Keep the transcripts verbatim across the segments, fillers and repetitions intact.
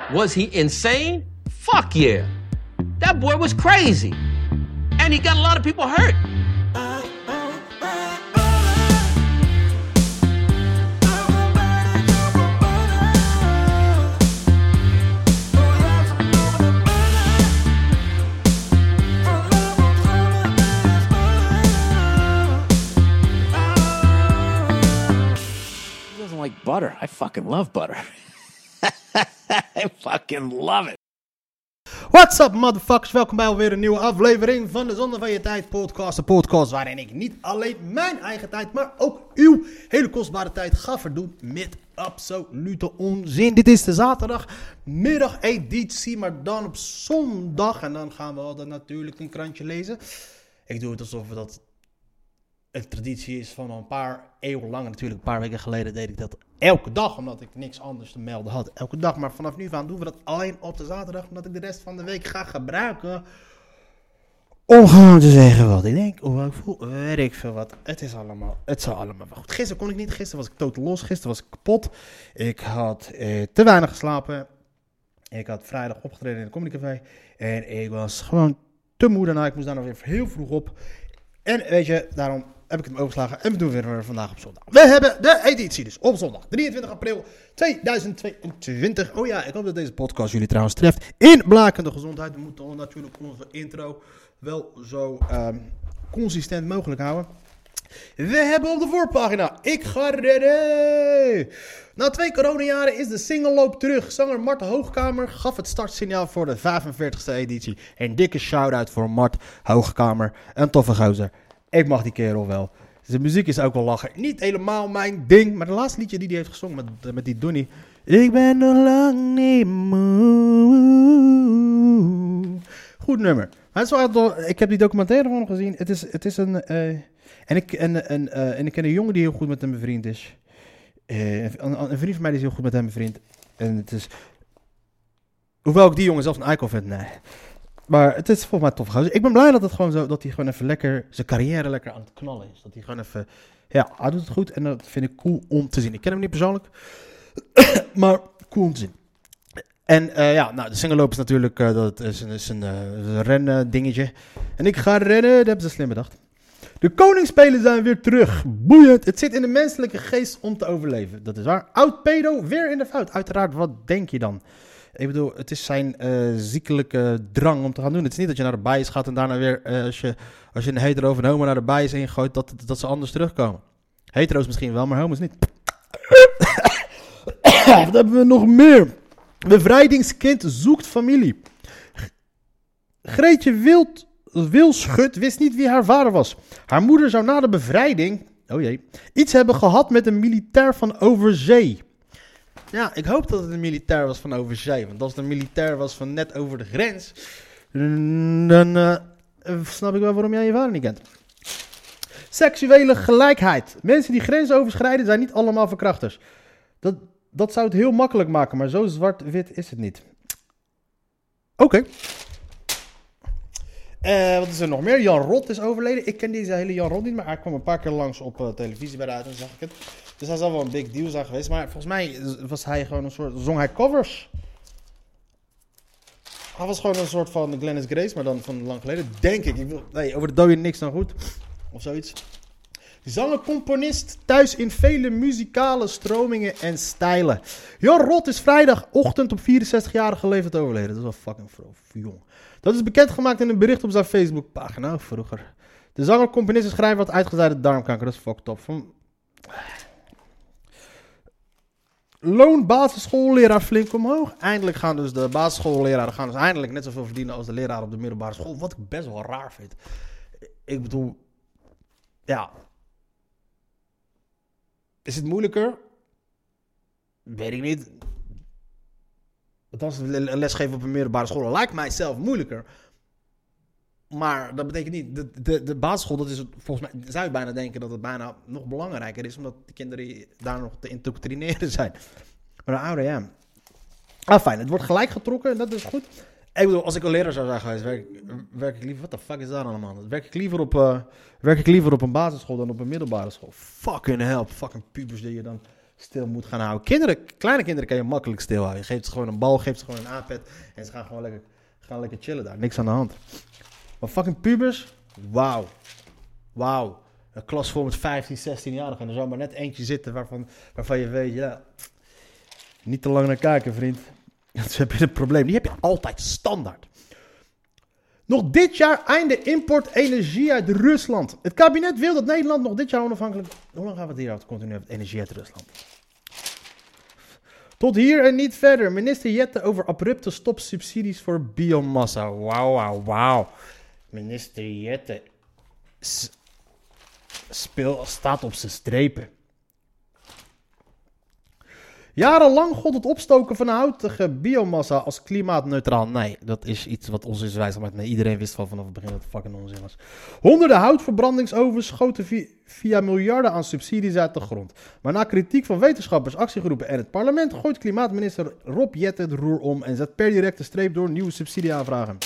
Was he insane? Fuck yeah. That boy was crazy. And he got a lot of people hurt. Like butter. I fucking love butter. I fucking love it. What's up, motherfuckers? Welkom bij alweer een nieuwe aflevering van de Zonde van je Tijd podcast. Een podcast waarin ik niet alleen mijn eigen tijd, maar ook uw hele kostbare tijd ga verdoen met absolute onzin. Dit is de zaterdagmiddag editie, maar dan op zondag. En dan gaan we altijd natuurlijk een krantje lezen. Ik doe het alsof dat een traditie is van al een paar eeuwen lang. Natuurlijk, een paar weken geleden deed ik dat elke dag, omdat ik niks anders te melden had. Elke dag, maar vanaf nu aan doen we dat alleen op de zaterdag, omdat ik de rest van de week ga gebruiken om gewoon te zeggen wat ik denk, hoe ik voel, weet ik veel wat. Het is allemaal, het is allemaal wel goed. Gisteren kon ik niet, gisteren was ik totaal los, gisteren was ik kapot. Ik had eh, te weinig geslapen. Ik had vrijdag opgetreden in het Comedy Café en ik was gewoon te moe daarna. Ik moest daar nog weer heel vroeg op. En weet je, daarom heb ik het me overgeslagen en we doen weer vandaag op zondag. We hebben de editie dus op zondag, drieëntwintig april tweeduizend tweeëntwintig. Oh ja, ik hoop dat deze podcast jullie trouwens treft in blakende gezondheid. We moeten natuurlijk onze intro wel zo um, consistent mogelijk houden. We hebben op de voorpagina, ik ga redden. Na twee coronajaren is de singelloop terug. Zanger Mart Hoogkamer gaf het startsignaal voor de vijfenveertigste editie. Een dikke shout-out voor Mart Hoogkamer, een toffe gozer. Ik mag die kerel wel. Zijn muziek is ook wel lachen. Niet helemaal mijn ding. Maar de laatste liedje die hij heeft gezongen met, met die Donnie. Ik ben nog lang niet moe. Goed nummer. Maar het is wel, ik heb die documentaire van hem gezien. Het is, het is een... Uh, en, ik, en, en, uh, en ik ken een jongen die heel goed met hem bevriend is. Uh, een, een vriend van mij die is heel goed met hem bevriend. En het is... Hoewel ik die jongen zelfs een eikel vind. Nee. Maar het is volgens mij tof. Ik ben blij dat het gewoon zo, dat hij gewoon even lekker zijn carrière lekker aan het knallen is. Dat hij gewoon even, ja, hij doet het goed en dat vind ik cool om te zien. Ik ken hem niet persoonlijk, maar cool om te zien. En uh, ja, nou, de singelloop is natuurlijk, uh, dat is een, is een uh, rennen dingetje. En ik ga rennen, dat hebben ze slim bedacht. De koningsspelen zijn weer terug. Boeiend. Het zit in de menselijke geest om te overleven. Dat is waar. Oud pedo, weer in de fout. Uiteraard, wat denk je dan? Ik bedoel, het is zijn uh, ziekelijke drang om te gaan doen. Het is niet dat je naar de bias gaat en daarna weer, uh, als, je, als je een hetero of een homo naar de bias ingooit, dat, dat ze anders terugkomen. Hetero's misschien wel, maar homo's niet. Wat hebben we nog meer? Bevrijdingskind zoekt familie. Greetje Wild, Wilschut wist niet wie haar vader was. Haar moeder zou na de bevrijding, oh jee, iets hebben gehad met een militair van overzee. Ja, ik hoop dat het een militair was van overzee. Want als het een militair was van net over de grens, dan uh, snap ik wel waarom jij je vader niet kent. Seksuele gelijkheid. Mensen die grenzen overschrijden zijn niet allemaal verkrachters. Dat, dat zou het heel makkelijk maken, maar zo zwart-wit is het niet. Oké. Okay. Uh, wat is er nog meer? Jan Rot is overleden. Ik ken deze hele Jan Rot niet, maar hij kwam een paar keer langs op uh, televisie bij de uit en zag ik het. Dus hij zal wel een big deal zijn geweest. Maar volgens mij was hij gewoon een soort... Zong hij covers. Hij was gewoon een soort van Glennis Grace, maar dan van lang geleden. Denk ik. ik wil, nee, over de dode niks dan goed. Of zoiets. Zanger-componist, thuis in vele muzikale stromingen en stijlen. Jan Rot is vrijdagochtend op vierenzestigjarige leeftijd overleden. Dat is wel fucking jong. Dat is bekendgemaakt in een bericht op zijn Facebookpagina vroeger. De zanger-componist en schrijver had uitgezaaide darmkanker. Dat is fucked up. Van... Loon basisschoolleraar flink omhoog. Eindelijk gaan dus de basisschoolleraren gaan dus eindelijk net zoveel verdienen als de leraar op de middelbare school. Wat ik best wel raar vind. Ik bedoel, ja. Is het moeilijker? Weet ik niet. Althans, lesgeven op een middelbare school lijkt mij zelf moeilijker. Maar dat betekent niet, de, de, de basisschool, dat is volgens mij, zou je bijna denken dat het bijna nog belangrijker is, omdat de kinderen daar nog te indoctrineren zijn. Maar de ouder, ja. Ah, fijn, het wordt gelijk getrokken, dat is goed. Ik bedoel, als ik een leraar zou zijn geweest, werk, werk ik liever, wat de fuck is dat allemaal? Werk ik liever op, uh, werk ik liever op een basisschool dan op een middelbare school. Fucking hell, fucking pubers die je dan stil moet gaan houden. Kinderen, kleine kinderen kan je makkelijk stilhouden. Je geeft ze gewoon een bal, geeft ze gewoon een iPad en ze gaan gewoon lekker, gaan lekker chillen daar. Niks aan de hand. Maar fucking pubers, wauw. Wauw. Een klas vol met vijftien, zestien-jarigen en er zou maar net eentje zitten waarvan, waarvan je weet, ja, niet te lang naar kijken, vriend. Dus heb je een probleem. Die heb je altijd standaard. Nog dit jaar einde import energie uit Rusland. Het kabinet wil dat Nederland nog dit jaar onafhankelijk... Hoe lang gaan we het hier over? Continu over energie uit Rusland. Tot hier en niet verder. Minister Jette over abrupte stop subsidies voor biomassa. Wauw, wauw, wauw. Minister Jette s- speel, staat op zijn strepen. Jarenlang gold het opstoken van houtige biomassa als klimaatneutraal. Nee, dat is iets wat ons is wijs gemaakt. Nee, iedereen wist van vanaf het begin dat het fucking onzin was. Honderden houtverbrandingsovens schoten via, via miljarden aan subsidies uit de grond. Maar na kritiek van wetenschappers, actiegroepen en het parlement gooit klimaatminister Rob Jette het roer om en zet per direct de streep door nieuwe subsidieaanvragen.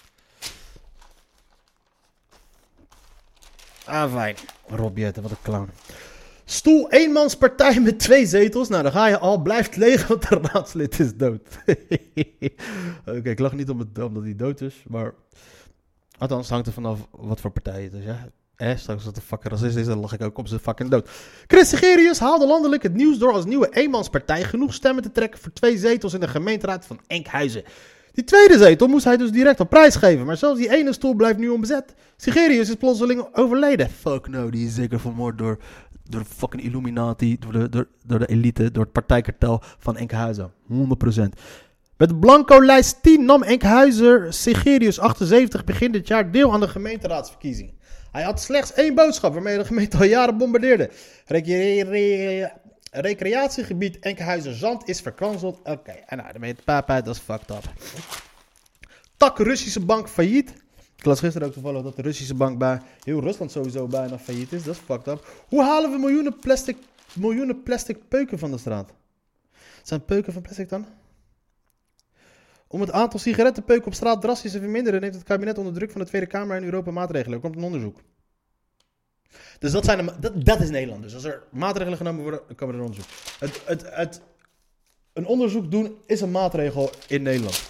Ah, fijn. Rob Jette, wat een clown. Stoel eenmanspartij met twee zetels. Nou, dan ga je al. Blijft leeg, want de raadslid is dood. Oké, okay, ik lach niet om het, omdat hij dood is, maar... Althans, hangt er vanaf wat voor partij het is, ja. Eh, straks dat de fucking racist is, dan lach ik ook op zijn fucking dood. Chris Segerius haalde landelijk het nieuws door als nieuwe eenmanspartij genoeg stemmen te trekken voor twee zetels in de gemeenteraad van Enkhuizen. Die tweede zetel moest hij dus direct op prijs geven, maar zelfs die ene stoel blijft nu onbezet. Segerius is plotseling overleden. Fuck no, die is zeker vermoord door... Door de fucking Illuminati, door de, door, door de elite, door het partijkartel van Enkhuizen. honderd procent. Met de blanco lijst tien nam Enkhuizer Segerius achtenzeventig begin dit jaar deel aan de gemeenteraadsverkiezing. Hij had slechts één boodschap waarmee de gemeente al jaren bombardeerde. Recre- re- recreatiegebied Enkhuizer Zand is verkwanseld. Oké, okay. En nou, dan ben je het papa, dat is fucked up. Tak Russische bank failliet. Ik las gisteren ook toevallig dat de Russische bank bij heel Rusland sowieso bijna failliet is. Dat is fucked up. Hoe halen we miljoenen plastic, miljoenen plastic peuken van de straat? Zijn peuken van plastic dan? Om het aantal sigarettenpeuken op straat drastisch te verminderen, neemt het kabinet onder druk van de Tweede Kamer en Europa maatregelen. Er komt een onderzoek. Dus dat, zijn de, dat, dat is Nederland. Dus als er maatregelen genomen worden, dan komen er een onderzoek. Het, het, het, een onderzoek doen is een maatregel in Nederland.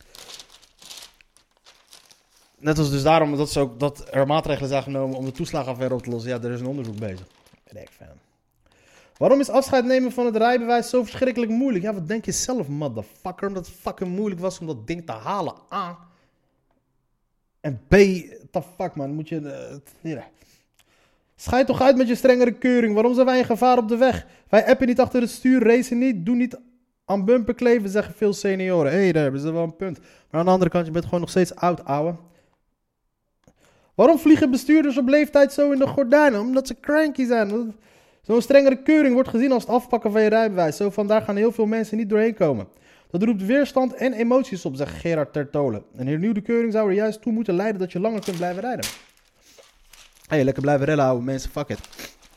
Net als dus daarom dat, ze ook, dat er maatregelen zijn genomen om de toeslagenaffaire op te lossen. Ja, er is een onderzoek bezig. Ben ik fan. Waarom is afscheid nemen van het rijbewijs zo verschrikkelijk moeilijk? Ja, wat denk je zelf, motherfucker? Omdat het fucking moeilijk was om dat ding te halen. A. En B. The fuck, man. Moet je... Uh, Schijt toch uit met je strengere keuring. Waarom zijn wij in gevaar op de weg? Wij appen niet achter het stuur, racen niet, doen niet aan bumper kleven, zeggen veel senioren. Hé, hey, daar hebben ze wel een punt. Maar aan de andere kant, je bent gewoon nog steeds oud, ouwe. Waarom vliegen bestuurders op leeftijd zo in de gordijnen? Omdat ze cranky zijn. Zo'n strengere keuring wordt gezien als het afpakken van je rijbewijs. Zo vandaar gaan heel veel mensen niet doorheen komen. Dat roept weerstand en emoties op, zegt Gerard Tertolen. Een hernieuwde keuring zou er juist toe moeten leiden dat je langer kunt blijven rijden. Hé, hey, lekker blijven rellen, ouwe mensen, fuck it.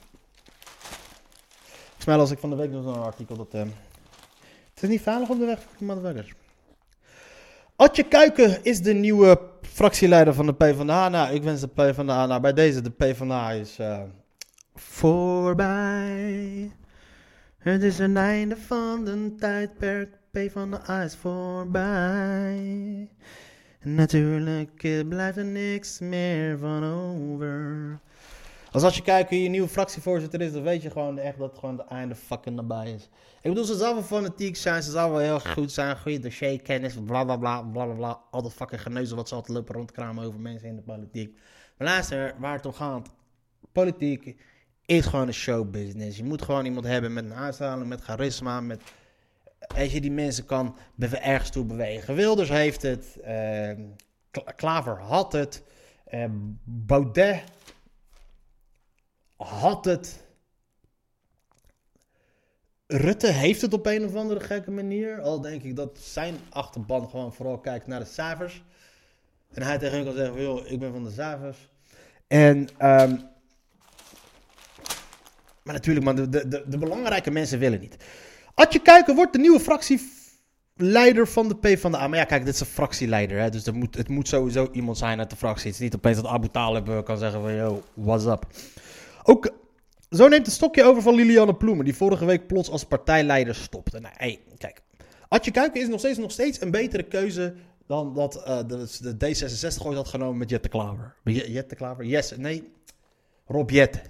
Volgens mij las ik van de week nog zo'n artikel dat... Uh, het is niet veilig op de weg voor de motherfuckers. Adje Kuiken is de nieuwe fractieleider van de PvdA. Nou, ik wens de PvdA... Nou, bij deze, de PvdA is... Uh, voorbij. Het is een einde van een tijdperk. PvdA is voorbij. Natuurlijk blijft er niks meer van over. Als als je kijkt wie je nieuwe fractievoorzitter is, dan weet je gewoon echt dat gewoon het einde fucking nabij is. Ik bedoel, ze zal wel fanatiek zijn, ze zal wel heel goed zijn, goede dossierkennis, bla bla bla bla bla bla. Al dat fucking geneuzel wat ze altijd lopen rondkramen over mensen in de politiek. Maar luister, waar het om gaat, politiek is gewoon een showbusiness. Je moet gewoon iemand hebben met een uitstraling, met charisma, met... Als je die mensen kan ergens toe bewegen. Wilders heeft het, uh, Klaver had het, uh, Baudet had het, Rutte heeft het op een of andere gekke manier. Al denk ik dat zijn achterban gewoon vooral kijkt naar de cijfers. En hij tegen hen kan zeggen, joh, ik ben van de cijfers. En, um, maar natuurlijk, man, de, de, de belangrijke mensen willen niet. Adje Kuiken wordt de nieuwe fractieleider van de PvdA. Maar ja, kijk, dit is een fractieleider. Hè? Dus er moet, het moet sowieso iemand zijn uit de fractie. Het is niet opeens dat Abu Talib kan zeggen van, yo, what's up. Ook Zo neemt het stokje over van Lilianne Ploemen, die vorige week plots als partijleider stopte. Nou, hey, kijk. Adje Kuiken is nog steeds, nog steeds een betere keuze dan dat uh, de, de D zesenzestig ooit had genomen met Jette Klaver. Jette Klaver? Yes, nee. Rob Jette.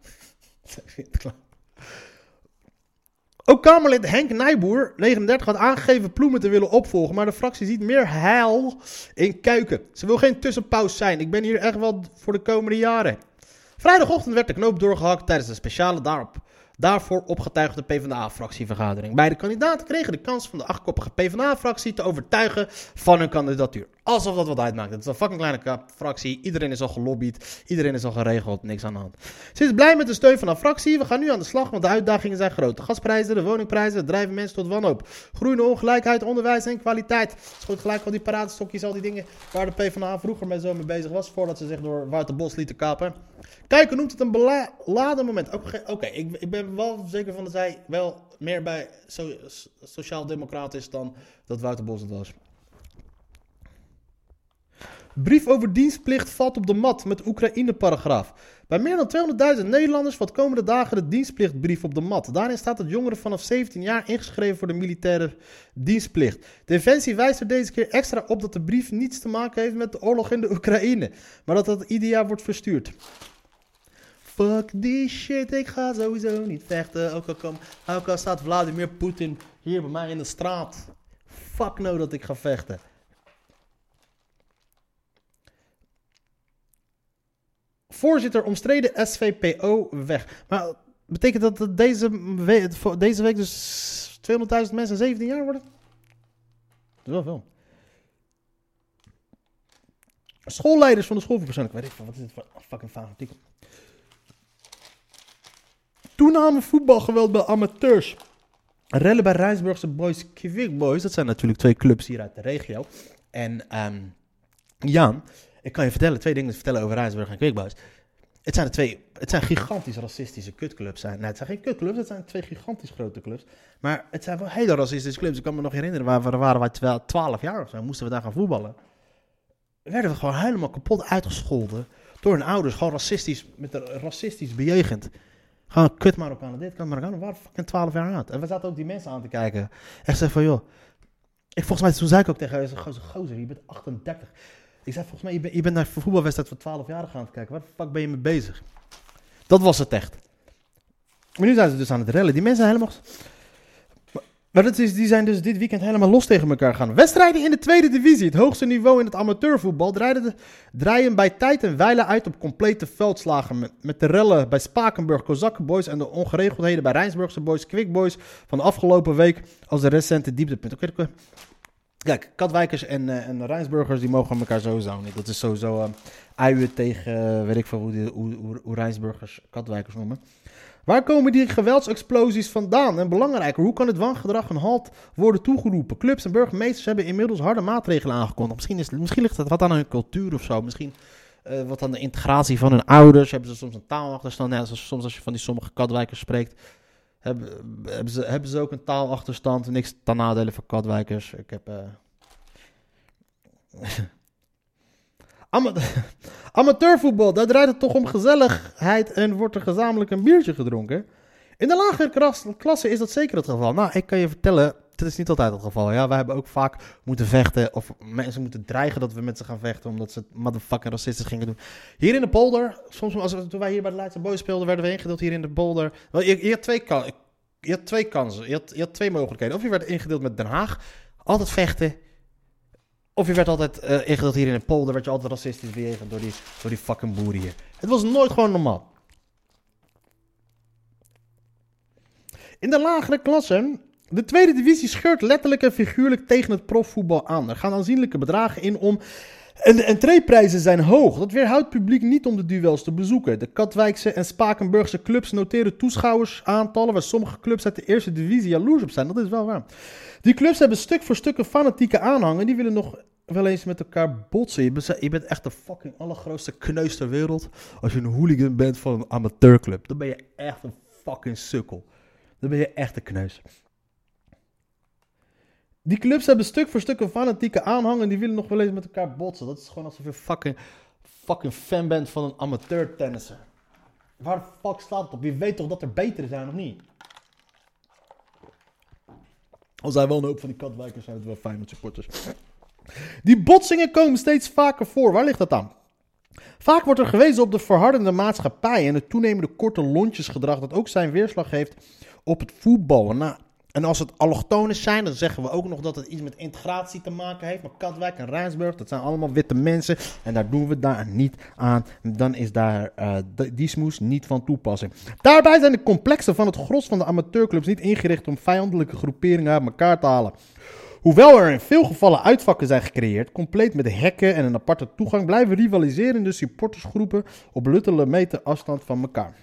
Ook Kamerlid Henk Nijboer, negenendertig, had aangegeven Ploemen te willen opvolgen, maar de fractie ziet meer heil in Kuiken. Ze wil geen tussenpauze zijn. Ik ben hier echt wel voor de komende jaren. Vrijdagochtend werd de knoop doorgehakt tijdens een speciale daarop, daarvoor opgetuigde PvdA-fractievergadering. Beide kandidaten kregen de kans van de achtkoppige PvdA-fractie te overtuigen van hun kandidatuur. Alsof dat wat uitmaakt. Het is een fucking kleine fractie. Iedereen is al gelobbyd. Iedereen is al geregeld. Niks aan de hand. Ze is blij met de steun van de fractie. We gaan nu aan de slag, want de uitdagingen zijn groot. De gasprijzen, de woningprijzen, drijven mensen tot wanhoop. Groeiende ongelijkheid, onderwijs en kwaliteit. Het is goed gelijk al die paraatstokjes, al die dingen waar de PvdA vroeger mee zo mee bezig was, voordat ze zich door Wouter Bos lieten kapen. Kuiken noemt het een beladen moment. Oké, okay, okay, ik, ik ben wel zeker van dat zij wel meer bij so, sociaal-democraat is dan dat Wouter Bos het was. Brief over dienstplicht valt op de mat met Oekraïne-paragraaf. Bij meer dan tweehonderdduizend Nederlanders valt komende dagen de dienstplichtbrief op de mat. Daarin staat dat jongeren vanaf zeventien jaar ingeschreven voor de militaire dienstplicht. Defensie wijst er deze keer extra op dat de brief niets te maken heeft met de oorlog in de Oekraïne, maar dat dat ieder jaar wordt verstuurd. Fuck die shit, ik ga sowieso niet vechten. Ook al, kom, ook al staat Vladimir Poetin hier bij mij in de straat. Fuck no dat ik ga vechten. Voorzitter omstreden S V P O weg. Maar betekent dat dat deze, we- deze week dus tweehonderdduizend mensen zeventien jaar worden? Dat is wel veel. Schoolleiders van de school voor persoonlijk. Weet ik van, wat is dit voor een fucking vaag artikel? Toename voetbalgeweld bij amateurs. Rellen bij Rijnsburgse Boys, Quick Boys. Dat zijn natuurlijk twee clubs hier uit de regio. En um, Jan, ik kan je vertellen, twee dingen vertellen over Rijnsburg en Quick Boys. Het zijn de twee, het zijn gigantisch racistische kutclubs. Zijn. Nee, het zijn geen kutclubs, het zijn twee gigantisch grote clubs. Maar het zijn wel hele racistische clubs. Ik kan me nog herinneren, waar, waar waren wij twaalf jaar of zo, moesten we daar gaan voetballen. Werden we gewoon helemaal kapot uitgescholden door hun ouders. Gewoon racistisch, met een racistisch bejegend. Gewoon kut Marokkanen, dit kan Marokkanen. We waren fucking twaalf jaar oud. En we zaten ook die mensen aan te kijken. Echt zei van, joh. Ik, volgens mij, toen zei ik ook tegen haar, gozer, gozer, je bent achtendertig. Ik zei, volgens mij, je bent, je bent naar een voetbalwedstrijd van twaalfjarigen aan het kijken. Waar de fuck ben je mee bezig? Dat was het echt. Maar nu zijn ze dus aan het rellen. Die mensen zijn helemaal... Maar dat is, die zijn dus dit weekend helemaal los tegen elkaar gaan. Wedstrijden in de tweede divisie, het hoogste niveau in het amateurvoetbal, draaien, de, draaien bij tijd en wijle uit op complete veldslagen. Met, met de rellen bij Spakenburg, Kozakkenboys en de ongeregeldheden bij Rijnsburgse Boys, Quick Boys van de afgelopen week als de recente dieptepunt. Okay, okay. Kijk, Katwijkers en, uh, en Rijnsburgers die mogen elkaar sowieso niet. Dat is sowieso uh, uien tegen, uh, weet ik veel hoe, die, hoe, hoe, hoe Rijnsburgers Katwijkers noemen. Waar komen die geweldsexplosies vandaan? En belangrijker, hoe kan het wangedrag een halt worden toegeroepen? Clubs en burgemeesters hebben inmiddels harde maatregelen aangekondigd. Misschien, is, misschien ligt het wat aan hun cultuur of zo. Misschien uh, wat aan de integratie van hun ouders. Hebben ze soms een taalachterstand? Ja, soms als je van die sommige Katwijkers spreekt, hebben, hebben, ze, hebben ze ook een taalachterstand. Niks ten nadele van Katwijkers. Ik heb... Uh... Ama- Amateurvoetbal, daar draait het toch om gezelligheid en wordt er gezamenlijk een biertje gedronken. In de lagere kras- klasse is dat zeker het geval. Nou, ik kan je vertellen, dat is niet altijd het geval. Ja, wij hebben ook vaak moeten vechten of mensen moeten dreigen dat we met ze gaan vechten omdat ze motherfucking racistisch gingen doen. Hier in de polder, soms als we, toen wij hier bij de Leidse Boys speelden, werden we ingedeeld hier in de polder. Wel, je, je, had twee kan- je had twee kansen, je had, je had twee mogelijkheden. Of je werd ingedeeld met Den Haag, altijd vechten. Of je werd altijd uh, ingedeeld hier in de polder, werd je altijd racistisch bejegend door die, door die fucking boeren hier. Het was nooit gewoon normaal. In de lagere klasse, de tweede divisie scheurt letterlijk en figuurlijk tegen het profvoetbal aan. Er gaan aanzienlijke bedragen in om en de entreeprijzen zijn hoog. Dat weerhoudt publiek niet om de duels te bezoeken. De Katwijkse en Spakenburgse clubs noteren toeschouwersaantallen waar sommige clubs uit de eerste divisie jaloers op zijn. Dat is wel waar. Die clubs hebben stuk voor stuk een fanatieke aanhang en die willen nog wel eens met elkaar botsen. Je bent, je bent echt de fucking allergrootste kneus ter wereld als je een hooligan bent van een amateurclub. Dan ben je echt een fucking sukkel. Dan ben je echt een kneus. Die clubs hebben stuk voor stuk een fanatieke aanhang en die willen nog wel eens met elkaar botsen. Dat is gewoon alsof je fucking, fucking fan bent van een amateur tennisser. Waar de fuck staat het op? Je weet toch dat er betere zijn, of niet? Al zijn wel een hoop van die Katwijkers, zijn het wel fijn met supporters. Die botsingen komen steeds vaker voor. Waar ligt dat aan? Vaak wordt er gewezen op de verhardende maatschappij en het toenemende korte lontjesgedrag dat ook zijn weerslag heeft op het voetballen. Nou, en als het allochtonen zijn, dan zeggen we ook nog dat het iets met integratie te maken heeft. Maar Katwijk en Rijnsburg, dat zijn allemaal witte mensen en daar doen we daar niet aan. Dan is daar uh, die smoes niet van toepassing. Daarbij zijn de complexen van het gros van de amateurclubs niet ingericht om vijandelijke groeperingen uit elkaar te halen. Hoewel er in veel gevallen uitvakken zijn gecreëerd, compleet met hekken en een aparte toegang, blijven rivaliserende supportersgroepen op luttele meter afstand van elkaar.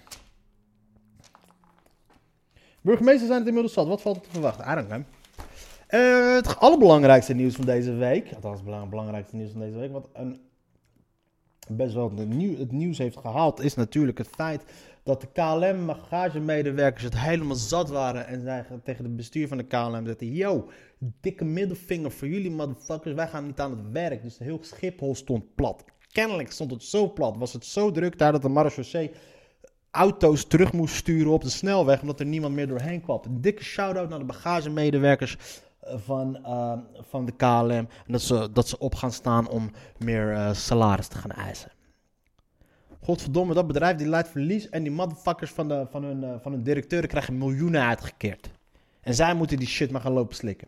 Burgemeesters zijn het inmiddels zat. Wat valt er te verwachten? I don't know. Uh, het allerbelangrijkste nieuws van deze week, althans het belangrijkste nieuws van deze week, wat een, best wel het, nieuw, het nieuws heeft gehaald, is natuurlijk het feit dat de K L M-bagagemedewerkers het helemaal zat waren en zij tegen het bestuur van de K L M zetten: yo, dikke middelvinger voor jullie motherfuckers, wij gaan niet aan het werk. Dus heel Schiphol stond plat. Kennelijk stond het zo plat, was het zo druk daar dat de marechaussee auto's terug moest sturen op de snelweg, omdat er niemand meer doorheen kwam. Een dikke shout-out naar de bagagemedewerkers van, uh, van de K L M. En dat ze, dat ze op gaan staan om meer uh, salaris te gaan eisen. Godverdomme, dat bedrijf die leidt verlies en die motherfuckers van, de, van, hun, uh, van hun directeuren krijgen miljoenen uitgekeerd. En zij moeten die shit maar gaan lopen slikken.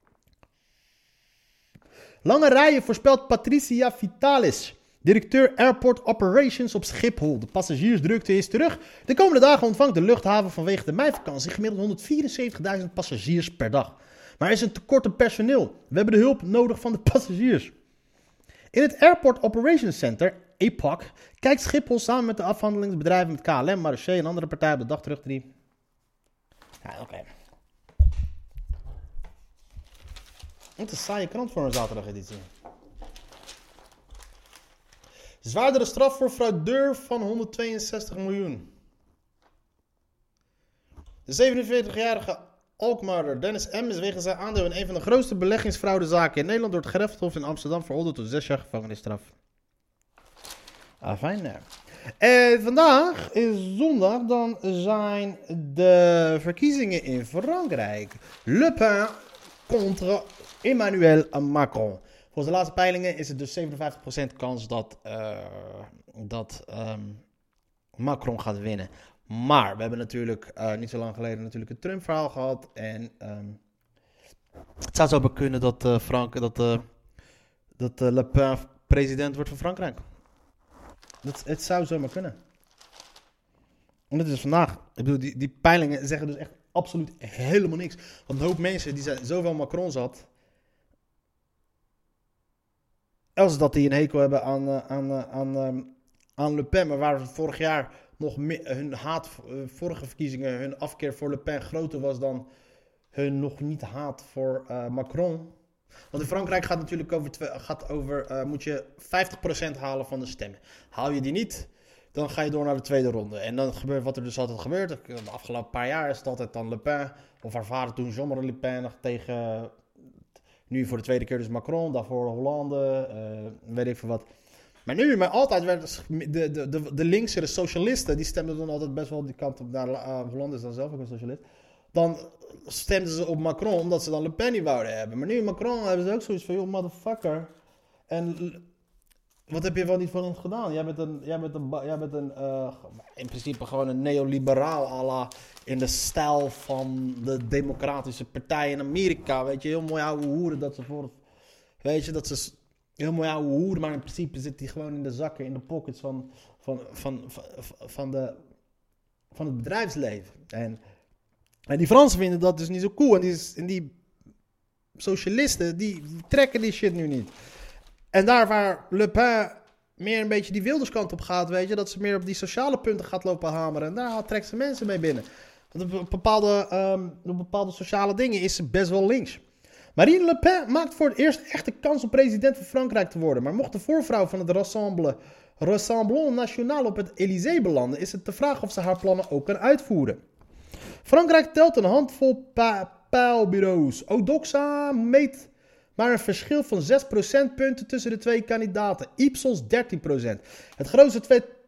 Lange rijen voorspelt Patricia Vitalis, directeur Airport Operations op Schiphol. De passagiersdrukte is terug. De komende dagen ontvangt de luchthaven vanwege de meivakantie gemiddeld honderdvierenzeventigduizend passagiers per dag. Maar er is een tekort aan personeel. We hebben de hulp nodig van de passagiers. In het Airport Operations Center, A P O C, kijkt Schiphol samen met de afhandelingsbedrijven met K L M, Marechaussee en andere partijen op de dag terug die... Ja, oké. Okay. Wat een saaie krant voor een zaterdageditie. Zwaardere straf voor fraudeur van honderdtweeënzestig miljoen. De zevenenveertigjarige Alkmaarder Dennis M. is wegens zijn aandeel in een van de grootste beleggingsfraudezaken in Nederland door het gerechtshof in Amsterdam veroordeeld tot zes jaar gevangenisstraf. Ah, fijn. Nee. En vandaag is zondag, dan zijn de verkiezingen in Frankrijk. Le Pen contra Emmanuel Macron. Volgens de laatste peilingen is het dus zevenenvijftig procent kans dat, uh, dat um, Macron gaat winnen. Maar we hebben natuurlijk uh, niet zo lang geleden natuurlijk het Trump-verhaal gehad. En um, het zou zo kunnen dat, uh, Frank, dat, uh, dat uh, Le Pen president wordt van Frankrijk. Dat, het zou zomaar kunnen. En dat is vandaag. Ik bedoel, die, die peilingen zeggen dus echt absoluut helemaal niks. Want een hoop mensen die zijn zoveel Macron zat. Als dat die een hekel hebben aan, uh, aan, uh, aan, uh, aan Le Pen. Maar waar vorig jaar nog me- hun haat, uh, vorige verkiezingen, hun afkeer voor Le Pen groter was dan hun nog niet haat voor uh, Macron. Want in Frankrijk gaat natuurlijk over, twe- gaat over uh, moet je vijftig procent halen van de stemmen. Haal je die niet, dan ga je door naar de tweede ronde. En dan gebeurt wat er dus altijd gebeurt. De afgelopen paar jaar is het altijd dan Le Pen. Of haar vader toen Jean-Marie Le Pen nog tegen... Nu voor de tweede keer dus Macron, daarvoor Hollande, uh, weet ik veel wat. Maar nu, maar altijd werd de, de, de, de linkse, de socialisten, die stemden dan altijd best wel die kant op. Naar uh, Hollande is dan zelf ook een socialist. Dan stemden ze op Macron, omdat ze dan Le Pen niet wouden hebben. Maar nu Macron hebben ze ook zoiets van, joh, motherfucker. En wat heb je wel niet van hem gedaan? Jij bent een, jij bent een, jij bent een uh, in principe gewoon een neoliberaal à la in de stijl van de democratische partij in Amerika. Weet je, heel mooi oude hoeren dat ze voor, weet je, dat ze heel mooi oude hoeren, maar in principe zit die gewoon in de zakken, in de pockets van, van, van, van, van, de, van het bedrijfsleven. En, en die Fransen vinden dat dus niet zo cool. En die, en die socialisten, die trekken die shit nu niet. En daar waar Le Pen meer een beetje die wilderskant op gaat, weet je, dat ze meer op die sociale punten gaat lopen hameren. En daar trekt ze mensen mee binnen. Want op bepaalde, um, op bepaalde sociale dingen is ze best wel links. Marine Le Pen maakt voor het eerst echt de kans om president van Frankrijk te worden. Maar mocht de voorvrouw van het Rassemblement, Rassemblement National op het Élysée belanden, is het de vraag of ze haar plannen ook kan uitvoeren. Frankrijk telt een handvol pa- peilbureaus. Odoxa meet maar een verschil van zes procentpunten tussen de twee kandidaten. Ipsos dertien procent. Het grootste twee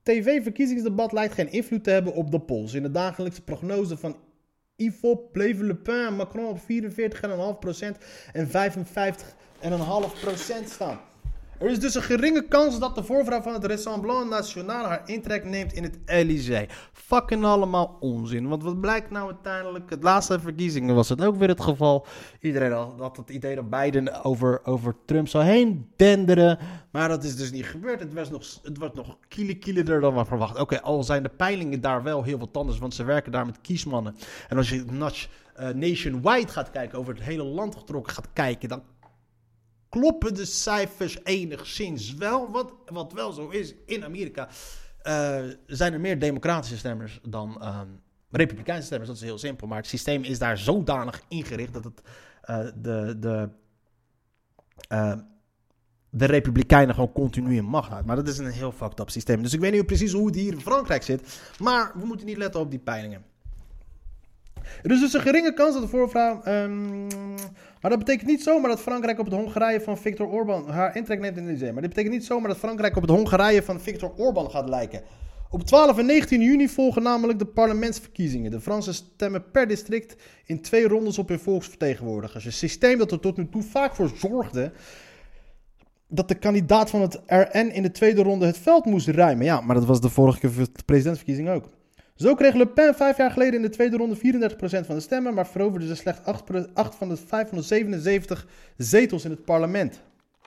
tv-verkiezingsdebat lijkt geen invloed te hebben op de polls. In de dagelijkse prognose van I F O P bleven Le Pen en Macron op vierenveertig komma vijf procent en vijfenvijftig komma vijf procent staan. Er is dus een geringe kans dat de voorvrouw van het Rassemblement National haar intrek neemt in het Elysée. Fucking allemaal onzin. Want wat blijkt nou uiteindelijk? Het laatste verkiezingen was het ook weer het geval. Iedereen had het idee dat Biden over, over Trump zou heen denderen. Maar dat is dus niet gebeurd. Het was nog, het was nog kiele-kielender dan we verwacht. Oké, okay, al zijn de peilingen daar wel heel wat anders. Want ze werken daar met kiesmannen. En als je uh, nationwide gaat kijken, over het hele land getrokken gaat kijken, dan kloppen de cijfers enigszins wel. Wat, wat wel zo is, in Amerika uh, zijn er meer democratische stemmers dan um, republikeinse stemmers. Dat is heel simpel. Maar het systeem is daar zodanig ingericht dat het uh, de, de, uh, de republikeinen gewoon continu in macht houdt. Maar dat is een heel fucked up systeem. Dus ik weet niet precies hoe het hier in Frankrijk zit. Maar we moeten niet letten op die peilingen. Er is dus een geringe kans dat de voorvrouw... Um, maar dat betekent niet zomaar dat Frankrijk op het Hongarije van Viktor Orbán haar intrek neemt in de Elysée. Maar dit betekent niet zomaar dat Frankrijk op het Hongarije van Viktor Orbán gaat lijken. Op twaalf en negentien juni volgen namelijk de parlementsverkiezingen. De Fransen stemmen per district in twee rondes op hun volksvertegenwoordigers. Een systeem dat er tot nu toe vaak voor zorgde dat de kandidaat van het R N in de tweede ronde het veld moest ruimen. Ja, maar dat was de vorige presidentsverkiezing ook. Zo kreeg Le Pen vijf jaar geleden in de tweede ronde vierendertig procent van de stemmen, maar veroverde ze slechts acht van de vijfhonderdzevenenzeventig zetels in het parlement.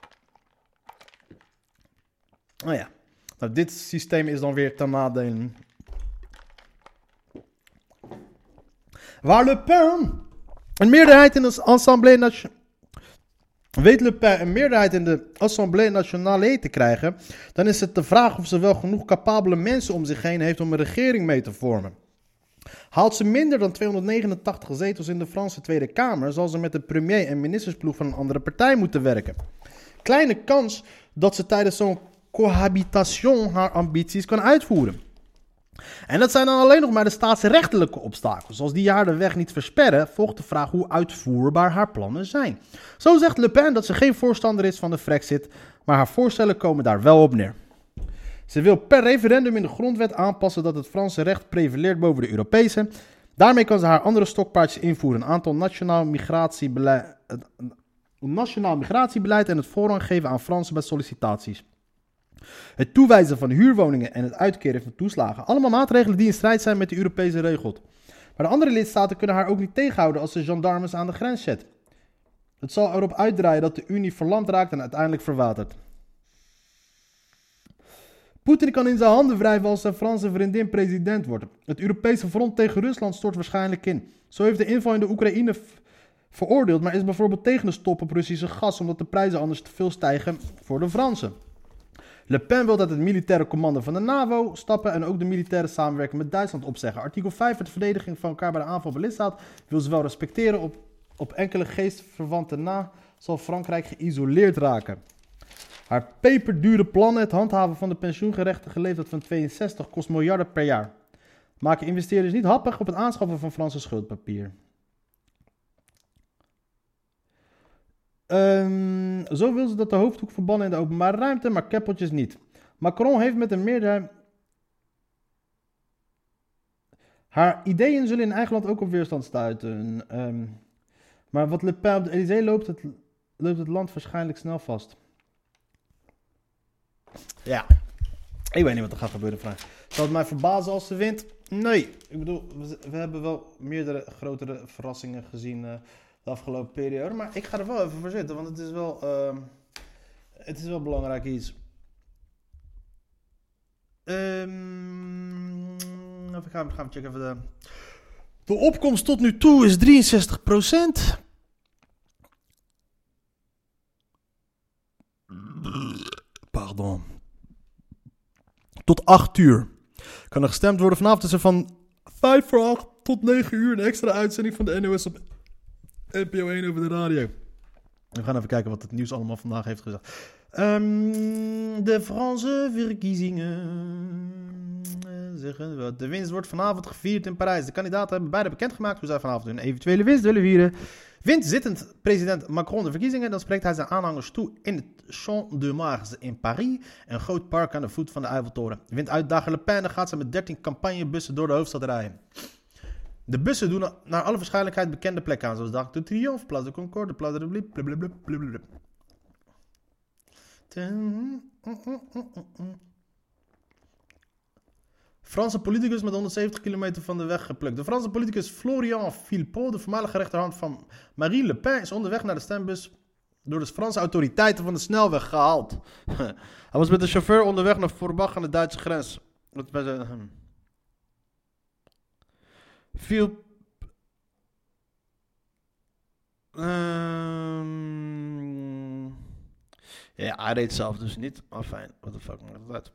Nou ja, nou, dit systeem is dan weer ten nadele. Waar Le Pen een meerderheid in de Assemblée Nationale... Weet Le Pen een meerderheid in de Assemblée Nationale te krijgen, dan is het de vraag of ze wel genoeg capabele mensen om zich heen heeft om een regering mee te vormen. Haalt ze minder dan tweehonderdnegenentachtig zetels in de Franse Tweede Kamer, zal ze met de premier en ministersploeg van een andere partij moeten werken. Kleine kans dat ze tijdens zo'n cohabitation haar ambities kan uitvoeren. En dat zijn dan alleen nog maar de staatsrechtelijke obstakels. Als die haar de weg niet versperren, volgt de vraag hoe uitvoerbaar haar plannen zijn. Zo zegt Le Pen dat ze geen voorstander is van de Frexit, maar haar voorstellen komen daar wel op neer. Ze wil per referendum in de grondwet aanpassen dat het Franse recht prevaleert boven de Europese. Daarmee kan ze haar andere stokpaardjes invoeren. Een aantal nationaal migratiebeleid, nationaal migratiebeleid en het voorrang geven aan Fransen bij sollicitaties. Het toewijzen van huurwoningen en het uitkeren van toeslagen. Allemaal maatregelen die in strijd zijn met de Europese regels. Maar de andere lidstaten kunnen haar ook niet tegenhouden als ze gendarmes aan de grens zet. Het zal erop uitdraaien dat de Unie verlamd raakt en uiteindelijk verwatert. Poetin kan in zijn handen wrijven als zijn Franse vriendin president wordt. Het Europese front tegen Rusland stort waarschijnlijk in. Zo heeft de inval in de Oekraïne v- veroordeeld, maar is bijvoorbeeld tegen de stop op Russische gas, omdat de prijzen anders te veel stijgen voor de Fransen. Le Pen wil dat het militaire commando van de NAVO stappen en ook de militaire samenwerking met Duitsland opzeggen. Artikel vijf, de verdediging van elkaar bij de aanval van lidstaat, wil ze wel respecteren. Op, op enkele geestverwanten na zal Frankrijk geïsoleerd raken. Haar peperdure plannen, het handhaven van de pensioengerechtige leeftijd van tweeënzestig, kost miljarden per jaar. Maken investeerders niet happig op het aanschaffen van Franse schuldpapier. Um, zo wil ze dat de hoofddoek verbannen in de openbare ruimte, maar keppeltjes niet. Macron heeft met een meerderheid... Haar ideeën zullen in eigen land ook op weerstand stuiten. Um, maar wat Le Pen op de Elysée loopt, het, loopt het land waarschijnlijk snel vast. Ja, ik weet niet wat er gaat gebeuren, Frank. Zal het mij verbazen als ze wint? Nee, ik bedoel, we, we hebben wel meerdere grotere verrassingen gezien... Uh, de afgelopen periode. Maar ik ga er wel even voor zitten, want het is wel, uh, het is wel belangrijk iets. Um, even gaan, gaan we checken even de... De opkomst tot nu toe is drieënzestig procent. Pardon. Tot acht uur kan er gestemd worden. Vanavond is er van vijf voor acht tot negen uur een extra uitzending van de N O S op N P O één over de radio. We gaan even kijken wat het nieuws allemaal vandaag heeft gezegd. Um, de Franse verkiezingen zeggen we. De winst wordt vanavond gevierd in Parijs. De kandidaten hebben beide bekendgemaakt hoe zij vanavond hun eventuele winst willen vieren. Wint zittend president Macron de verkiezingen, dan spreekt hij zijn aanhangers toe in het Champ de Mars in Paris, een groot park aan de voet van de Eiffeltoren. Wint uitdager Le Pen, dan gaat ze met dertien campagnebussen door de hoofdstad rijden. De bussen doen naar alle waarschijnlijkheid bekende plekken aan, zoals de Arc de Triomphe, Place de Concorde, Place de Blip, blablabla. Franse politicus met honderdzeventig kilometer van de weg geplukt. De Franse politicus Florian Philippot, de voormalige rechterhand van Marine Le Pen, is onderweg naar de stembus door de Franse autoriteiten van de snelweg gehaald. Hij was met de chauffeur onderweg naar Forbach aan de Duitse grens. Wat bij zijn... Viel... Um... Ja, hij reed zelf dus niet. Maar fijn, what the fuck maakt het uit.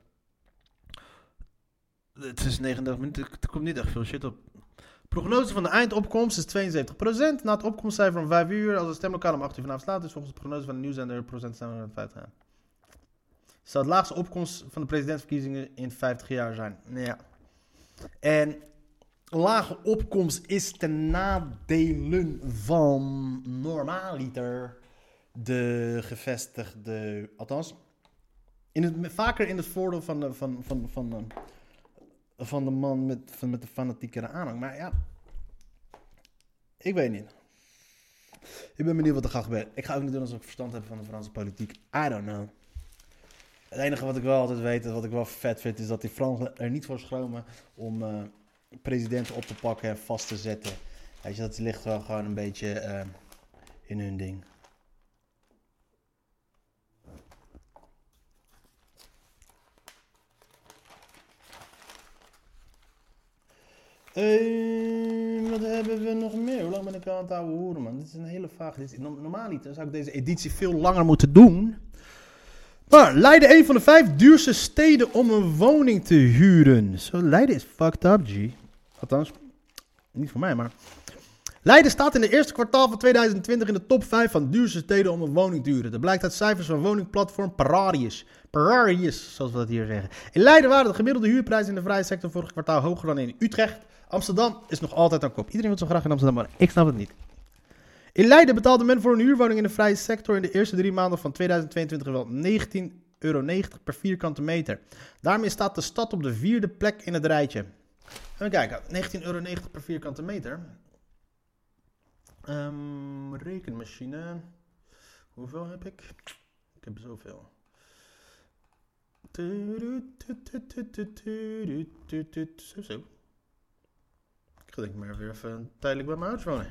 Het is negenendertig minuten, er komt niet echt veel shit op. Prognose van de eindopkomst is tweeënzeventig procent. Na het opkomstcijfer om vijf uur, als de stemlokaal om acht uur vanavond slaat, is volgens de prognose van de nieuwszender procent zevenenvijftig. Het zou het laagste opkomst van de presidentsverkiezingen in vijftig jaar zijn. Ja. En lage opkomst is ten nadelen van normaaliter de gevestigde, althans, in het, vaker in het voordeel van de, van, van, van, van, van de man met, van, met de fanatiekere aanhang. Maar ja, ik weet niet. Ik ben benieuwd wat er gaat gebeuren. Ik ga ook niet doen alsof ik verstand heb van de Franse politiek. I don't know. Het enige wat ik wel altijd weet, en wat ik wel vet vind, is dat die Fransen er niet voor schromen om uh, presidenten op te pakken en vast te zetten. Weet je, dat ligt wel gewoon een beetje uh, in hun ding. Uh, wat hebben we nog meer? Hoe lang ben ik aan het ouwe hoeren, man? Dit is een hele vage... Dit is, normaal niet, dan zou ik deze editie veel langer moeten doen. Maar Leiden, een van de vijf duurste steden om een woning te huren. Zo, Leiden is fucked up, G. Althans, niet voor mij, maar... Leiden staat in het eerste kwartaal van tweeduizend twintig in de top vijf van duurste steden om een woning te huren. Dat blijkt uit cijfers van woningplatform Pararius. Pararius, zoals we dat hier zeggen. In Leiden waren de gemiddelde huurprijzen in de vrije sector vorig kwartaal hoger dan in Utrecht. Amsterdam is nog altijd aan kop. Iedereen wil zo graag in Amsterdam wonen. Ik snap het niet. In Leiden betaalde men voor een huurwoning in de vrije sector in de eerste drie maanden van tweeduizend tweeëntwintig wel negentien euro negentig per vierkante meter. Daarmee staat de stad op de vierde plek in het rijtje. Even kijken, negentien euro negentig per vierkante meter. Um, rekenmachine. Hoeveel heb ik? Ik heb zoveel. Zo, zo. Ik ga denk ik maar weer even tijdelijk bij mijn ouders wonen.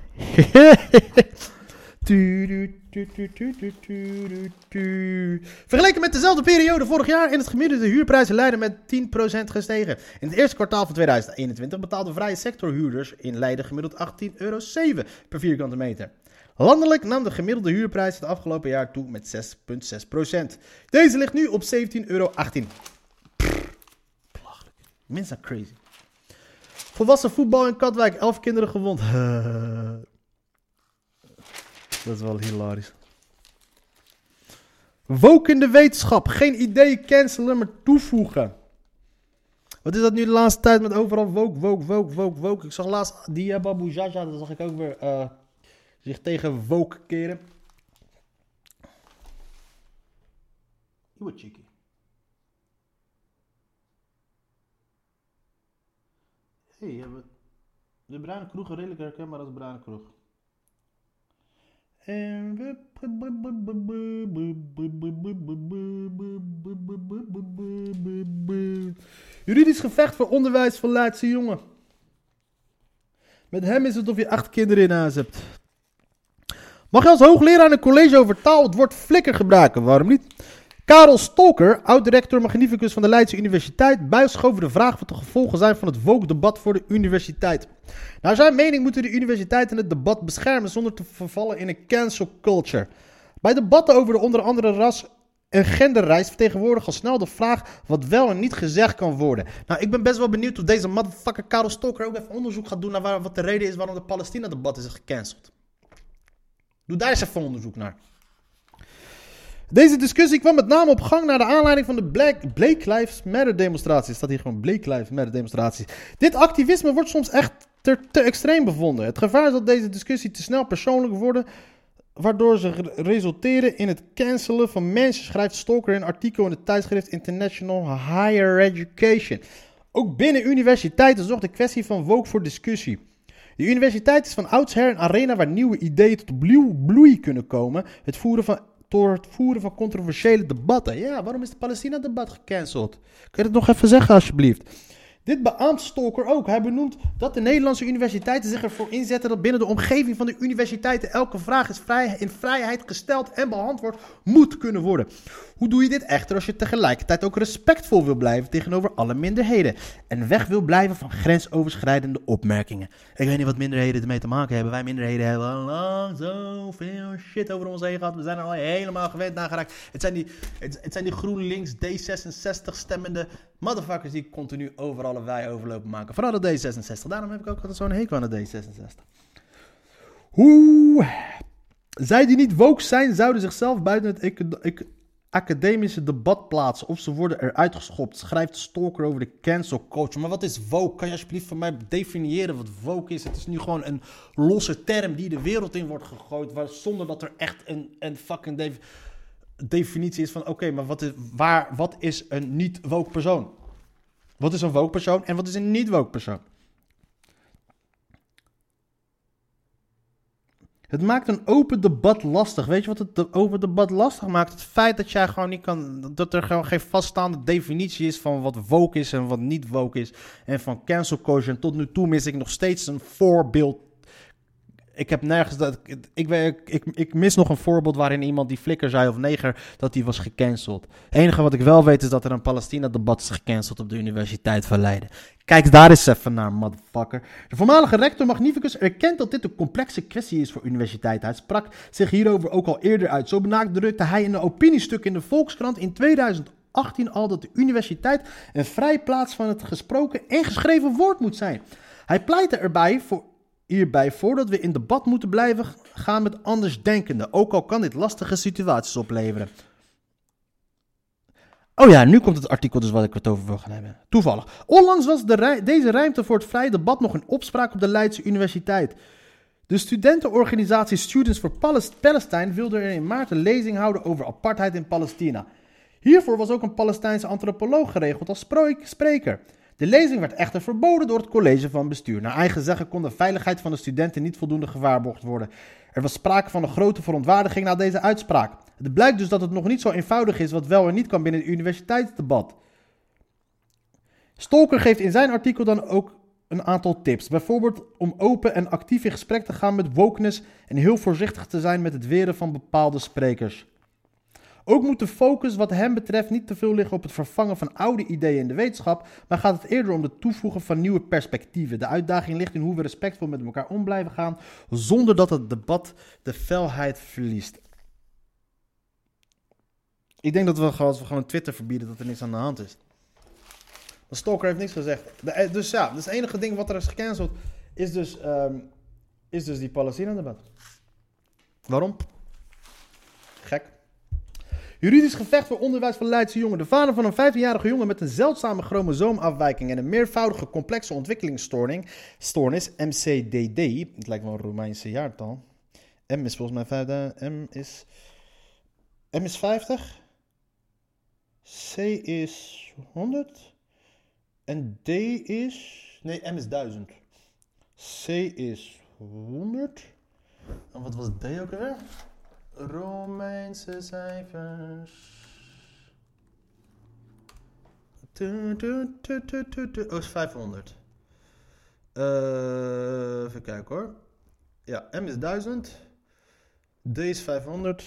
Vergeleken met dezelfde periode vorig jaar in het gemiddelde huurprijzen Leiden met tien procent gestegen. In het eerste kwartaal van tweeduizend eenentwintig betaalden vrije sectorhuurders in Leiden gemiddeld achttien euro zeven per vierkante meter. Landelijk nam de gemiddelde huurprijs het afgelopen jaar toe met zes komma zes procent. Deze ligt nu op zeventien euro achttien. Belachelijk. Mensen zijn crazy. Volwassen voetbal in Katwijk, elf kinderen gewond. Dat is wel hilarisch. Woke in de wetenschap. Geen idee, cancelen, maar toevoegen. Wat is dat nu de laatste tijd met overal woke, woke, woke, woke, woke. Ik zag laatst Diababu Jaja, dat zag ik ook weer uh, zich tegen woke keren. Nieuwe chickie. Hé, hey, hebben de bruine kroeg redelijk herkenbaar als bruine kroeg. Juridisch gevecht voor onderwijs van Leidse jongen. Met hem is het of je acht kinderen in huis hebt. Mag je als hoogleraar in een college over taal het woord flikker gebruiken? Waarom niet? Karel Stolker, oud-directeur magnificus van de Leidse Universiteit, buigt over de vraag wat de gevolgen zijn van het woke-debat voor de universiteit. Naar zijn mening moeten de universiteiten het debat beschermen zonder te vervallen in een cancel culture. Bij debatten over de onder andere ras- en genderreis vertegenwoordigt al snel de vraag wat wel en niet gezegd kan worden. Nou, ik ben best wel benieuwd of deze motherfucker Karel Stolker ook even onderzoek gaat doen naar waar, wat de reden is waarom de Palestina-debat is gecanceld. Doe daar eens even onderzoek naar. Deze discussie kwam met name op gang naar de aanleiding van de Black, Black Lives Matter demonstraties. Staat hier gewoon Black Lives Matter demonstraties. Dit activisme wordt soms echt echter te extreem bevonden. Het gevaar is dat deze discussie te snel persoonlijk worden, waardoor ze re- resulteren in het cancelen van mensen, schrijft Stalker in een artikel in het tijdschrift International Higher Education. Ook binnen universiteiten zorgt de kwestie van woke voor discussie. De universiteit is van oudsher een arena waar nieuwe ideeën tot bloei kunnen komen. Het voeren van, door het voeren van controversiële debatten. Ja, waarom is het Palestina-debat gecanceld? Kun je het nog even zeggen alsjeblieft? Dit beaamt Stalker ook. Hij benoemt dat de Nederlandse universiteiten zich ervoor inzetten dat binnen de omgeving van de universiteiten elke vraag is vrij, in vrijheid gesteld en beantwoord moet kunnen worden. Hoe doe je dit echter als je tegelijkertijd ook respectvol wil blijven tegenover alle minderheden en weg wil blijven van grensoverschrijdende opmerkingen? Ik weet niet wat minderheden ermee te maken hebben. Wij minderheden hebben al lang zoveel shit over ons heen gehad. We zijn er al helemaal gewend aan geraakt. Het zijn die, het, het zijn die GroenLinks D zesenzestig stemmende motherfuckers die continu overal een wij overlopen maken. Vooral de D zesenzestig. Daarom heb ik ook altijd zo'n hekel aan de D zesenzestig. Hoe zij die niet woke zijn, zouden zichzelf buiten het ik, ik, academische debat plaatsen of ze worden eruit geschopt, schrijft Stalker over de cancel culture. Maar wat is woke? Kan je alsjeblieft voor mij definiëren wat woke is? Het is nu gewoon een losse term die de wereld in wordt gegooid, waar, zonder dat er echt een, een fucking de, definitie is van oké, okay, maar wat is, waar, wat is een niet-woke persoon? Wat is een woke persoon en wat is een niet-woke persoon? Het maakt een open debat lastig. Weet je wat het open debat lastig maakt? Het feit dat jij gewoon niet kan, dat er gewoon geen vaststaande definitie is van wat woke is en wat niet woke is. En van cancel culture. En tot nu toe mis ik nog steeds een voorbeeld. Ik heb nergens dat. Ik, ik, ik, ik mis nog een voorbeeld waarin iemand die flikker zei of neger, dat die was gecanceld. Het enige wat ik wel weet is dat er een Palestina-debat is gecanceld op de Universiteit van Leiden. Kijk daar eens even naar, motherfucker. De voormalige rector Magnificus erkent dat dit een complexe kwestie is voor universiteiten. Hij sprak zich hierover ook al eerder uit. Zo benadrukte hij in een opiniestuk in de Volkskrant in tweeduizend achttien al dat de universiteit een vrij plaats van het gesproken en geschreven woord moet zijn. Hij pleitte erbij voor. Hierbij voordat we in debat moeten blijven gaan met andersdenkenden, ook al kan dit lastige situaties opleveren. Oh ja, nu komt het artikel dus wat ik het over wil gaan hebben. Toevallig. Onlangs was de rij- deze ruimte voor het vrije debat nog in opspraak op de Leidse Universiteit. De studentenorganisatie Students for Palestine wilde er in maart een lezing houden over apartheid in Palestina. Hiervoor was ook een Palestijnse antropoloog geregeld als spreker. De lezing werd echter verboden door het college van bestuur. Naar eigen zeggen kon de veiligheid van de studenten niet voldoende gewaarborgd worden. Er was sprake van een grote verontwaardiging na deze uitspraak. Het blijkt dus dat het nog niet zo eenvoudig is wat wel en niet kan binnen het universiteitsdebat. Stalker geeft in zijn artikel dan ook een aantal tips. Bijvoorbeeld om open en actief in gesprek te gaan met wokeness en heel voorzichtig te zijn met het weren van bepaalde sprekers. Ook moet de focus wat hem betreft niet te veel liggen op het vervangen van oude ideeën in de wetenschap, maar gaat het eerder om het toevoegen van nieuwe perspectieven. De uitdaging ligt in hoe we respectvol met elkaar om blijven gaan, zonder dat het debat de felheid verliest. Ik denk dat we gewoon, als we gewoon Twitter verbieden, dat er niks aan de hand is. De Stalker heeft niks gezegd. De, dus ja, dus het enige ding wat er is gecanceld is dus, um, is dus die Palestina-debat. Waarom? Gek. Juridisch gevecht voor onderwijs van Leidse jongen. De vader van een vijftienjarige jongen met een zeldzame chromosoomafwijking en een meervoudige complexe ontwikkelingsstoornis, stoornis, M C D D, het lijkt wel een Romeinse jaartal. M is volgens mij vijftig, M is, M is vijftig, C is honderd en D is, nee, M is duizend. C is honderd. En wat was D ook alweer? Romeinse cijfers. Tu, tu, tu, tu, tu, tu. Oh, is vijfhonderd. Uh, even kijken hoor. Ja, M is duizend. D is vijfhonderd.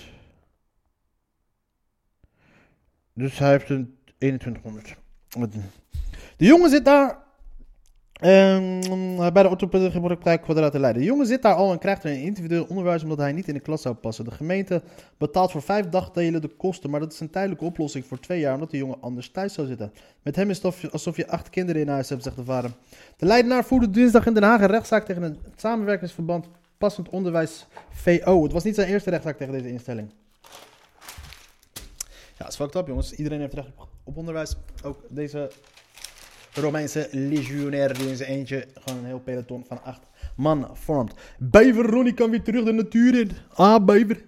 Dus hij heeft een eenentwintighonderd. De jongen zit daar. Um, bij de orthopedische praktijk Kwadraat te Leiden. De jongen zit daar al en krijgt een individueel onderwijs omdat hij niet in de klas zou passen. De gemeente betaalt voor vijf dagdelen de kosten, maar dat is een tijdelijke oplossing voor twee jaar omdat de jongen anders thuis zou zitten. Met hem is het alsof je acht kinderen in huis hebt, zegt de vader. De Leidenaar voerde dinsdag in Den Haag een rechtszaak tegen het samenwerkingsverband Passend Onderwijs V O. Het was niet zijn eerste rechtszaak tegen deze instelling. Ja, het is fucked up jongens. Iedereen heeft recht op onderwijs. Ook deze Romeinse legionair die in zijn eentje gewoon een heel peloton van acht man vormt. Bever Ronnie kan weer terug de natuur in. Ah, Bever.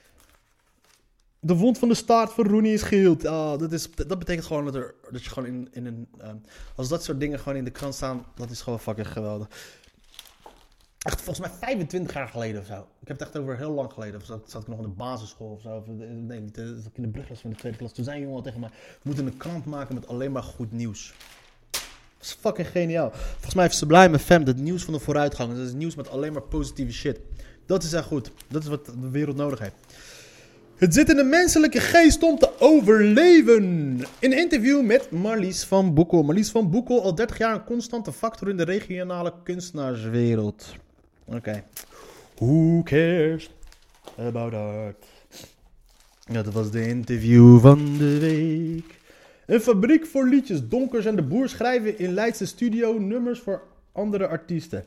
De wond van de staart van Rooney is geheeld. Ah, dat, is, dat betekent gewoon dat, er, dat je gewoon in, in een... Um, als dat soort dingen gewoon in de krant staan, dat is gewoon fucking geweldig. Echt volgens mij vijfentwintig jaar geleden of zo. Ik heb het echt over heel lang geleden. Of zat, zat ik nog in de basisschool of zo. Of, nee, niet, zat ik in de brugklas van de tweede klas. Toen zei een jongen tegen mij, we moeten een krant maken met alleen maar goed nieuws. Dat is fucking geniaal. Volgens mij heeft Sublime F M het nieuws van de vooruitgang. Dat is nieuws met alleen maar positieve shit. Dat is echt goed. Dat is wat de wereld nodig heeft. Het zit in de menselijke geest om te overleven. In een interview met Marlies van Boekel. Marlies van Boekel, al dertig jaar een constante factor in de regionale kunstenaarswereld. Oké. Okay. Who cares about art? Ja, dat was de interview van de week. Een fabriek voor liedjes. Donkers en de Boer schrijven in Leidse studio nummers voor andere artiesten.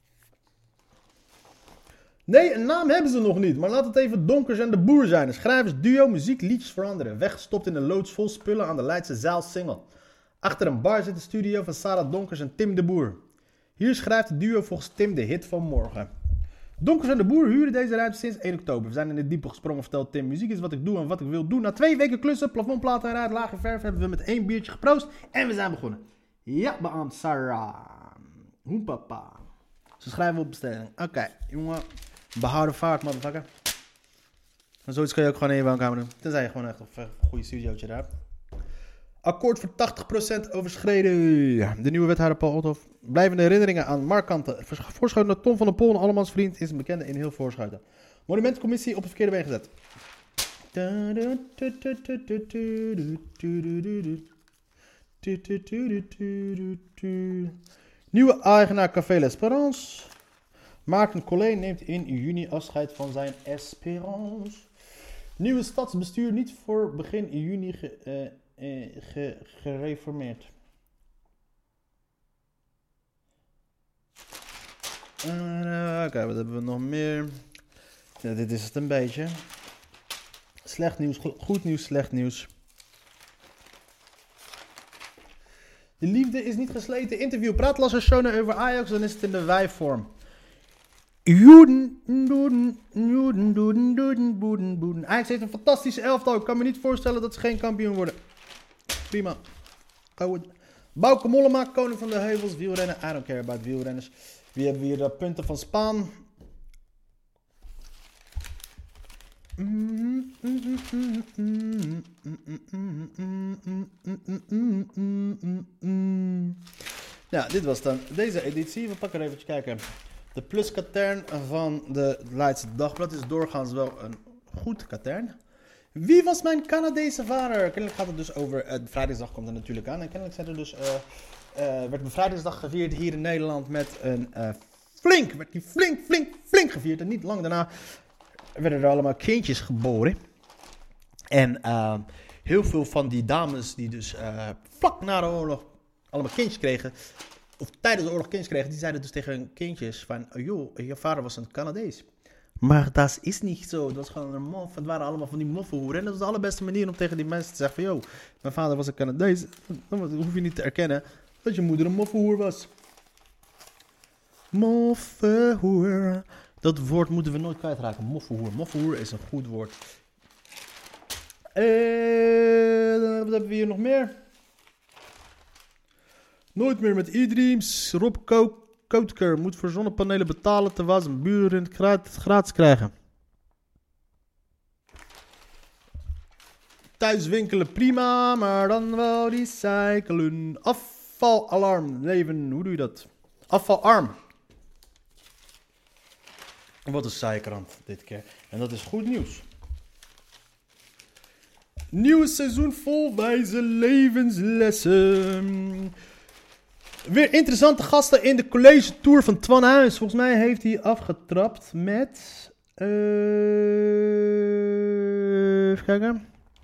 Nee, een naam hebben ze nog niet, maar laat het even Donkers en de Boer zijn. Een schrijversduo, muziek, liedjes veranderen. Weggestopt in een loods vol spullen aan de Leidse Zaal Singel. Achter een bar zit de studio van Sarah Donkers en Tim de Boer. Hier schrijft het duo volgens Tim de hit van morgen. Donkers en de Boer huren deze ruimte sinds één oktober. We zijn in het diepe gesprongen, vertelt Tim. Muziek is wat ik doe en wat ik wil doen. Na twee weken klussen, plafondplaten eruit, lage verf hebben we met één biertje geproost en we zijn begonnen. Ja, beaamd Sarah. Hoe papa. Ze schrijven op bestelling. Oké, okay, jongen. Behouden vaart, motherfucker. En zoiets kun je ook gewoon in je woonkamer doen. Tenzij je gewoon echt een goede studiootje daar hebt. Akkoord voor tachtig procent overschreden. De nieuwe wethouder Paul Othoff. Blijvende herinneringen aan Markanten. Voorschoten naar Tom van der Pol, een allemansvriend, is een bekende in heel Voorschoten. Monumentencommissie op de verkeerde been gezet. Nieuwe eigenaar Café L'Espérance. Maarten Collé neemt in juni afscheid van zijn Espérance. Nieuwe stadsbestuur niet voor begin juni ge, uh, uh, ge, gereformeerd. Uh, Oké, okay, wat hebben we nog meer? Ja, dit is het een beetje. Slecht nieuws, goed nieuws, slecht nieuws. De liefde is niet gesleten. Interview. Praat Lasse Schöne over Ajax, dan is het in de wij-vorm. Joeden, doeden, joeden, doeden, doeden, boeden, boeden. Ajax heeft een fantastische elftal. Ik kan me niet voorstellen dat ze geen kampioen worden. Prima. Bauke Mollema, koning van de heuvels. Wielrennen. I don't care about wielrenners. Wie hebben we hier de punten van Spaan? Ja, dit was dan deze editie. We pakken er even kijken. De pluskatern van de Leidse Dagblad is doorgaans wel een goed katern. Wie was mijn Canadese vader? Kennelijk gaat het dus over... Uh, Bevrijdingsdag komt er natuurlijk aan. En kennelijk zijn er dus, uh, uh, werd Bevrijdingsdag gevierd hier in Nederland met een uh, flink... Werd die flink, flink, flink gevierd. En niet lang daarna werden er allemaal kindjes geboren. En uh, heel veel van die dames die dus uh, vlak na de oorlog allemaal kindjes kregen... Of tijdens de oorlog kindjes kregen, die zeiden dus tegen hun kindjes van... Oh joh, je vader was een Canadees. Maar dat is niet zo. Dat was gewoon een mof. Het waren allemaal van die moffenhoeren. En dat is de allerbeste manier om tegen die mensen te zeggen van... Yo, mijn vader was een Canadees. Dan hoef je niet te erkennen dat je moeder een moffenhoer was. Moffenhoer. Dat woord moeten we nooit kwijtraken. Moffenhoer. Moffenhoer is een goed woord. En wat hebben we hier nog meer? Nooit meer met e-dreams. Rob Kootker moet voor zonnepanelen betalen terwijl zijn buren het gratis krijgen. Thuis winkelen prima, maar dan wel recyclen. Afvalalarm leven, hoe doe je dat? Afvalarm. Wat een saaie krant dit keer. En dat is goed nieuws. Nieuwe seizoen vol wijze levenslessen. Weer interessante gasten in de college tour van Twan Huis. Volgens mij heeft hij afgetrapt met... Uh, even kijken.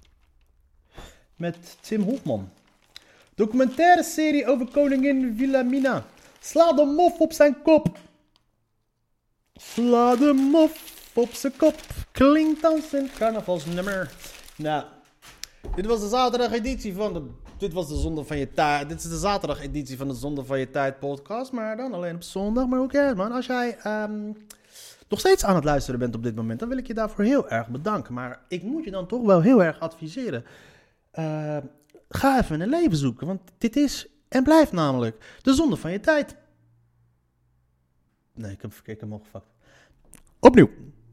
Met Tim Hofman. Documentaire serie over koningin Wilhelmina. Sla de mof op zijn kop. Sla de mof op zijn kop. Klinkt als een carnavalsnummer. Nou, Dit was de zaterdag editie van de... Dit was de zonde van je tijd. Dit is de zaterdag editie van de zonde van je tijd podcast. Maar dan alleen op zondag. Maar hoe cares, man. Als jij um, nog steeds aan het luisteren bent op dit moment, dan wil ik je daarvoor heel erg bedanken. Maar ik moet je dan toch wel heel erg adviseren. Uh, ga even een leven zoeken. Want dit is en blijft namelijk de zonde van je tijd. Nee, ik heb verkeerd hem opgepakt. Opnieuw.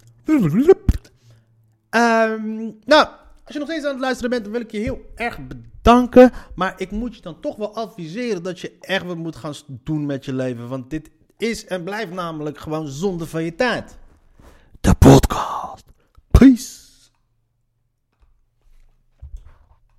Um, nou, als je nog steeds aan het luisteren bent, dan wil ik je heel erg bedanken. Maar ik moet je dan toch wel adviseren dat je echt wat moet gaan doen met je leven. Want dit is en blijft namelijk gewoon zonde van je tijd. De podcast.